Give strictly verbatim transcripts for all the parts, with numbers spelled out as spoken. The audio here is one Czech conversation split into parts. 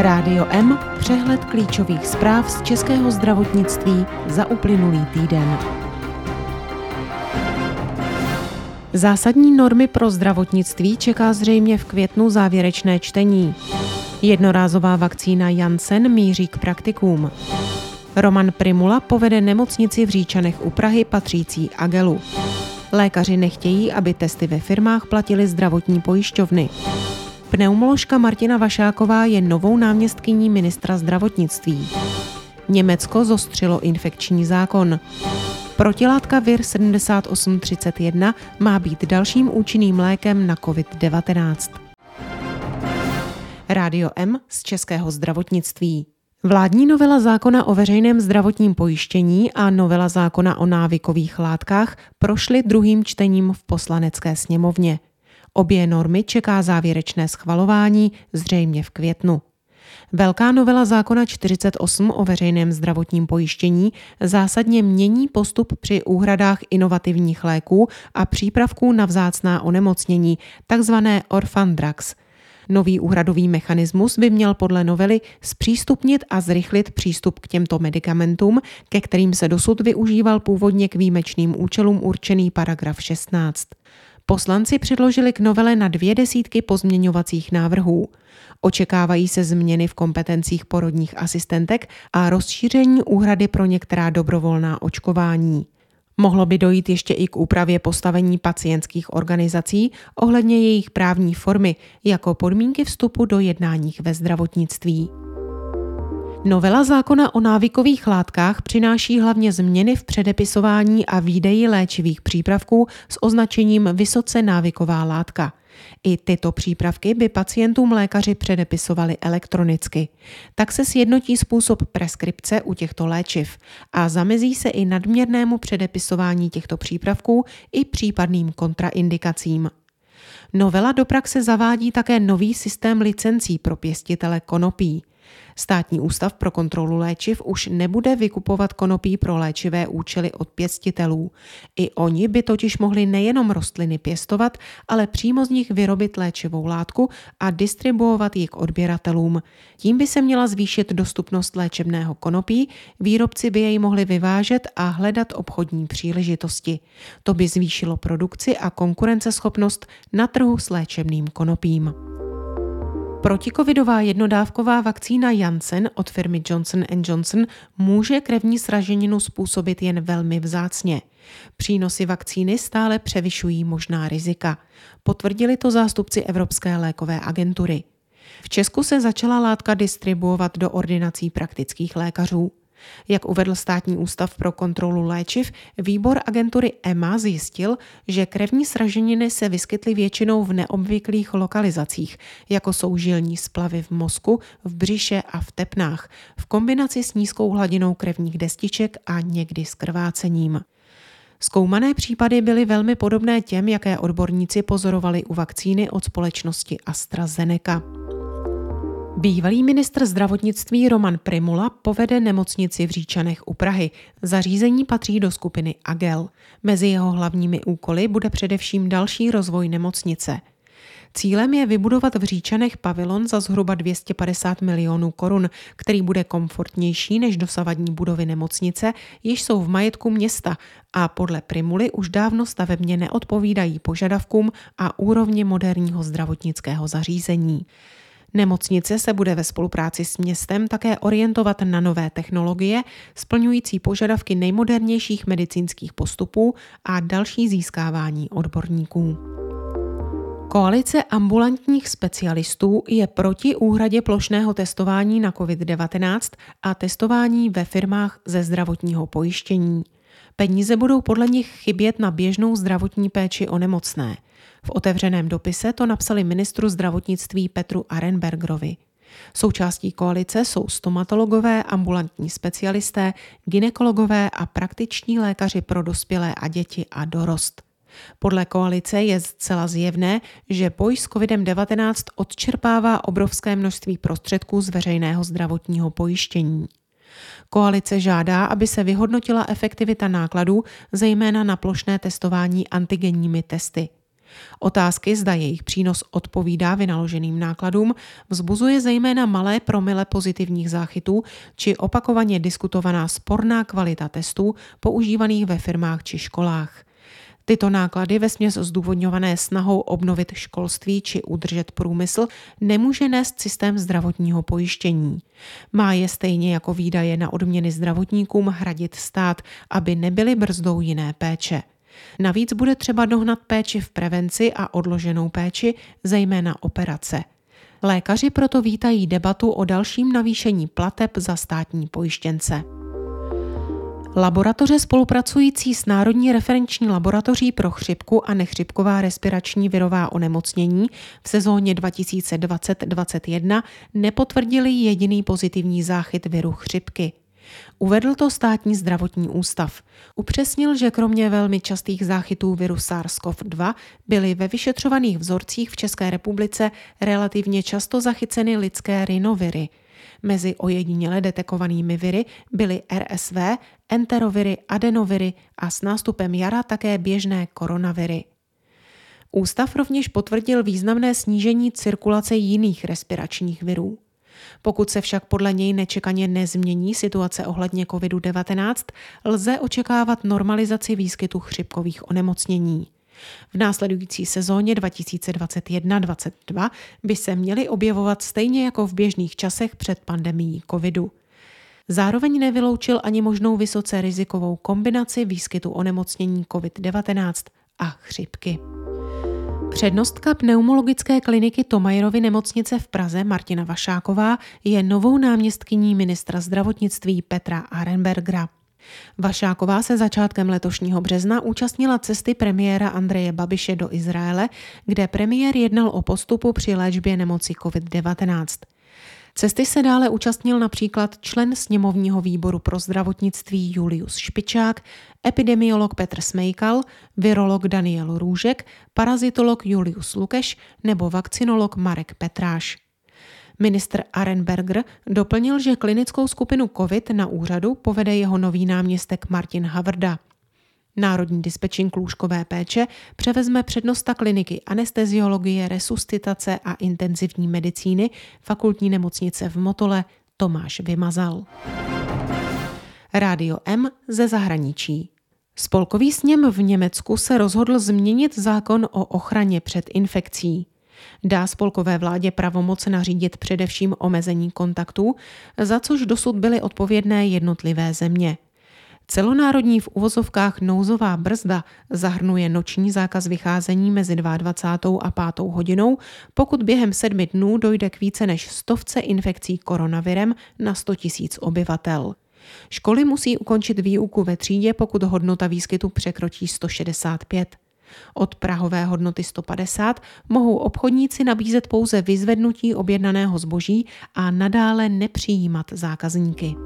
Rádio M, přehled klíčových zpráv z českého zdravotnictví za uplynulý týden. Zásadní normy pro zdravotnictví čeká zřejmě v květnu závěrečné čtení. Jednorázová vakcína Janssen míří k praktikům. Roman Prymula povede nemocnici v Říčanech u Prahy patřící Agelu. Lékaři nechtějí, aby testy ve firmách platily zdravotní pojišťovny. Pneumoložka Martina Vašáková je novou náměstkyní ministra zdravotnictví. Německo zostřilo infekční zákon. Protilátka vir sedmdesát osm třicet jedna má být dalším účinným lékem na covid devatenáct. Rádio M z českého zdravotnictví. Vládní novela zákona o veřejném zdravotním pojištění a novela zákona o návykových látkách prošly druhým čtením v Poslanecké sněmovně. Obě normy čeká závěrečné schvalování zřejmě v květnu. Velká novela zákona čtyřicet osm o veřejném zdravotním pojištění zásadně mění postup při úhradách inovativních léků a přípravků na vzácná onemocnění, takzvané orphan drugs. Nový úhradový mechanismus by měl podle novely zpřístupnit a zrychlit přístup k těmto medicamentům, ke kterým se dosud využíval původně k výjimečným účelům určený paragraf šestnáct. Poslanci předložili k novele na dvě desítky pozměňovacích návrhů. Očekávají se změny v kompetencích porodních asistentek a rozšíření úhrady pro některá dobrovolná očkování. Mohlo by dojít ještě i k úpravě postavení pacientských organizací ohledně jejich právní formy jako podmínky vstupu do jednání ve zdravotnictví. Novela zákona o návykových látkách přináší hlavně změny v předepisování a výdeji léčivých přípravků s označením vysoce návyková látka. I tyto přípravky by pacientům lékaři předepisovali elektronicky. Tak se sjednotí způsob preskripce u těchto léčiv a zamezí se i nadměrnému předepisování těchto přípravků i případným kontraindikacím. Novela do praxe zavádí také nový systém licencí pro pěstitele konopí. Státní ústav pro kontrolu léčiv už nebude vykupovat konopí pro léčivé účely od pěstitelů. I oni by totiž mohli nejenom rostliny pěstovat, ale přímo z nich vyrobit léčivou látku a distribuovat ji k odběratelům. Tím by se měla zvýšit dostupnost léčebného konopí, výrobci by jej mohli vyvážet a hledat obchodní příležitosti. To by zvýšilo produkci a konkurenceschopnost na trhu s léčebným konopím. Protikovidová jednodávková vakcína Janssen od firmy Johnson and Johnson může krevní sraženinu způsobit jen velmi vzácně. Přínosy vakcíny stále převyšují možná rizika. Potvrdili to zástupci Evropské lékové agentury. V Česku se začala látka distribuovat do ordinací praktických lékařů. Jak uvedl Státní ústav pro kontrolu léčiv, výbor agentury E M A zjistil, že krevní sraženiny se vyskytly většinou v neobvyklých lokalizacích, jako jsou žilní splavy v mozku, v břiše a v tepnách, v kombinaci s nízkou hladinou krevních destiček a někdy s krvácením. Zkoumané případy byly velmi podobné těm, jaké odborníci pozorovali u vakcíny od společnosti AstraZeneca. Bývalý ministr zdravotnictví Roman Prymula povede nemocnici v Říčanech u Prahy. Zařízení patří do skupiny Agel. Mezi jeho hlavními úkoly bude především další rozvoj nemocnice. Cílem je vybudovat v Říčanech pavilon za zhruba dvě stě padesát milionů korun, který bude komfortnější než dosavadní budovy nemocnice, jež jsou v majetku města a podle Prymuly už dávno stavebně neodpovídají požadavkům a úrovni moderního zdravotnického zařízení. Nemocnice se bude ve spolupráci s městem také orientovat na nové technologie, splňující požadavky nejmodernějších medicínských postupů a další získávání odborníků. Koalice ambulantních specialistů je proti úhradě plošného testování na covid devatenáct a testování ve firmách ze zdravotního pojištění. Peníze budou podle nich chybět na běžnou zdravotní péči o nemocné. V otevřeném dopise to napsali ministru zdravotnictví Petru Arenbergerovi. Součástí koalice jsou stomatologové, ambulantní specialisté, gynekologové a praktiční lékaři pro dospělé a děti a dorost. Podle koalice je zcela zjevné, že boj s covid devatenáct odčerpává obrovské množství prostředků z veřejného zdravotního pojištění. Koalice žádá, aby se vyhodnotila efektivita nákladů, zejména na plošné testování antigenními testy. Otázky, zda jejich přínos odpovídá vynaloženým nákladům, vzbuzuje zejména malé promile pozitivních záchytů či opakovaně diskutovaná sporná kvalita testů používaných ve firmách či školách. Tyto náklady, vesměs zdůvodňované snahou obnovit školství či udržet průmysl, nemůže nést systém zdravotního pojištění. Má je stejně jako výdaje na odměny zdravotníkům hradit stát, aby nebyly brzdou jiné péče. Navíc bude třeba dohnat péči v prevenci a odloženou péči, zejména operace. Lékaři proto vítají debatu o dalším navýšení plateb za státní pojištěnce. Laboratoře spolupracující s Národní referenční laboratoří pro chřipku a nechřipková respirační virová onemocnění v sezóně dva tisíce dvacet dvacet jedna nepotvrdili jediný pozitivní záchyt viru chřipky. Uvedl to státní zdravotní ústav. Upřesnil, že kromě velmi častých záchytů viru SARS-C o V dva byly ve vyšetřovaných vzorcích v České republice relativně často zachyceny lidské rinoviry. Mezi ojediněle detekovanými viry byly R S V, enteroviry, adenoviry a s nástupem jara také běžné koronaviry. Ústav rovněž potvrdil významné snížení cirkulace jiných respiračních virů. Pokud se však podle něj nečekaně nezmění situace ohledně kovidu devatenáct, lze očekávat normalizaci výskytu chřipkových onemocnění. V následující sezóně dva tisíce dvacet jedna dvacet dva by se měly objevovat stejně jako v běžných časech před pandemií covidu. Zároveň nevyloučil ani možnou vysoce rizikovou kombinaci výskytu onemocnění covid devatenáct a chřipky. Přednostka pneumologické kliniky Thomayerovy nemocnice v Praze Martina Vašáková je novou náměstkyní ministra zdravotnictví Petra Arenbergera. Vašáková se začátkem letošního března účastnila cesty premiéra Andreje Babiše do Izraele, kde premiér jednal o postupu při léčbě nemoci covid devatenáct. Cesty se dále účastnil například člen sněmovního výboru pro zdravotnictví Julius Špičák, epidemiolog Petr Smejkal, virolog Daniel Růžek, parazitolog Julius Lukeš nebo vakcinolog Marek Petráš. Ministr Arenberger doplnil, že klinickou skupinu COVID na úřadu povede jeho nový náměstek Martin Havrda. Národní dispečink lůžkové péče převezme přednosta kliniky anesteziologie, resuscitace a intenzivní medicíny Fakultní nemocnice v Motole Tomáš Vymazal. Rádio M ze zahraničí. Spolkový sněm v Německu se rozhodl změnit zákon o ochraně před infekcí. Dá spolkové vládě pravomoc nařídit především omezení kontaktů, za což dosud byly odpovědné jednotlivé země. Celonárodní v uvozovkách nouzová brzda zahrnuje noční zákaz vycházení mezi dvacátou druhou a pátou hodinou, pokud během sedmi dnů dojde k více než stovce infekcí koronavirem na sto tisíc obyvatel. Školy musí ukončit výuku ve třídě, pokud hodnota výskytu překročí sto šedesát pět. Od prahové hodnoty sto padesát mohou obchodníci nabízet pouze vyzvednutí objednaného zboží a nadále nepřijímat zákazníky.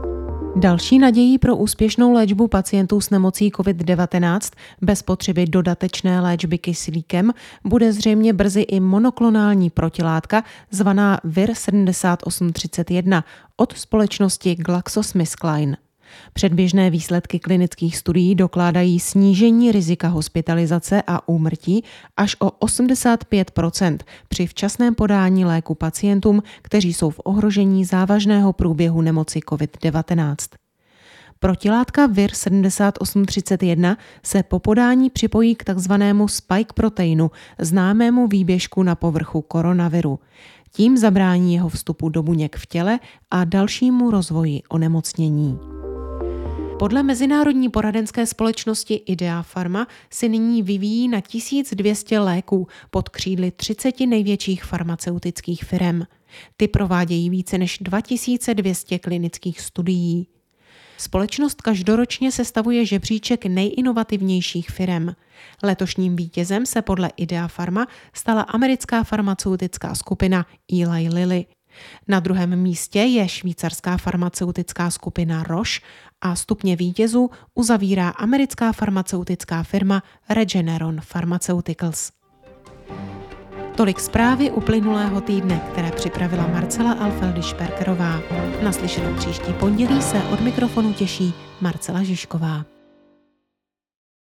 Další nadějí pro úspěšnou léčbu pacientů s nemocí covid devatenáct bez potřeby dodatečné léčby kyslíkem bude zřejmě brzy i monoklonální protilátka zvaná vir sedmdesát osm třicet jedna od společnosti GlaxoSmithKline. Předběžné výsledky klinických studií dokládají snížení rizika hospitalizace a úmrtí až o osmdesát pět procent při včasném podání léku pacientům, kteří jsou v ohrožení závažného průběhu nemoci covid devatenáct. Protilátka vir sedmdesát osm třicet jedna se po podání připojí k takzvanému spike proteinu, známému výběžku na povrchu koronaviru. Tím zabrání jeho vstupu do buněk v těle a dalšímu rozvoji onemocnění. Podle mezinárodní poradenské společnosti Idea Pharma si nyní vyvíjí na tisíc dvě stě léků pod křídly třiceti největších farmaceutických firem. Ty provádějí více než dva tisíce dvě stě klinických studií. Společnost každoročně sestavuje žebříček nejinovativnějších firem. Letošním vítězem se podle Idea Pharma stala americká farmaceutická skupina Eli Lilly. Na druhém místě je švýcarská farmaceutická skupina Roche a stupně vítězů uzavírá americká farmaceutická firma Regeneron Pharmaceuticals. Tolik zprávy uplynulého týdne, které připravila Marcela Alfeldy-Šperkerová. Naslyšenou příští pondělí se od mikrofonu těší Marcela Žižková.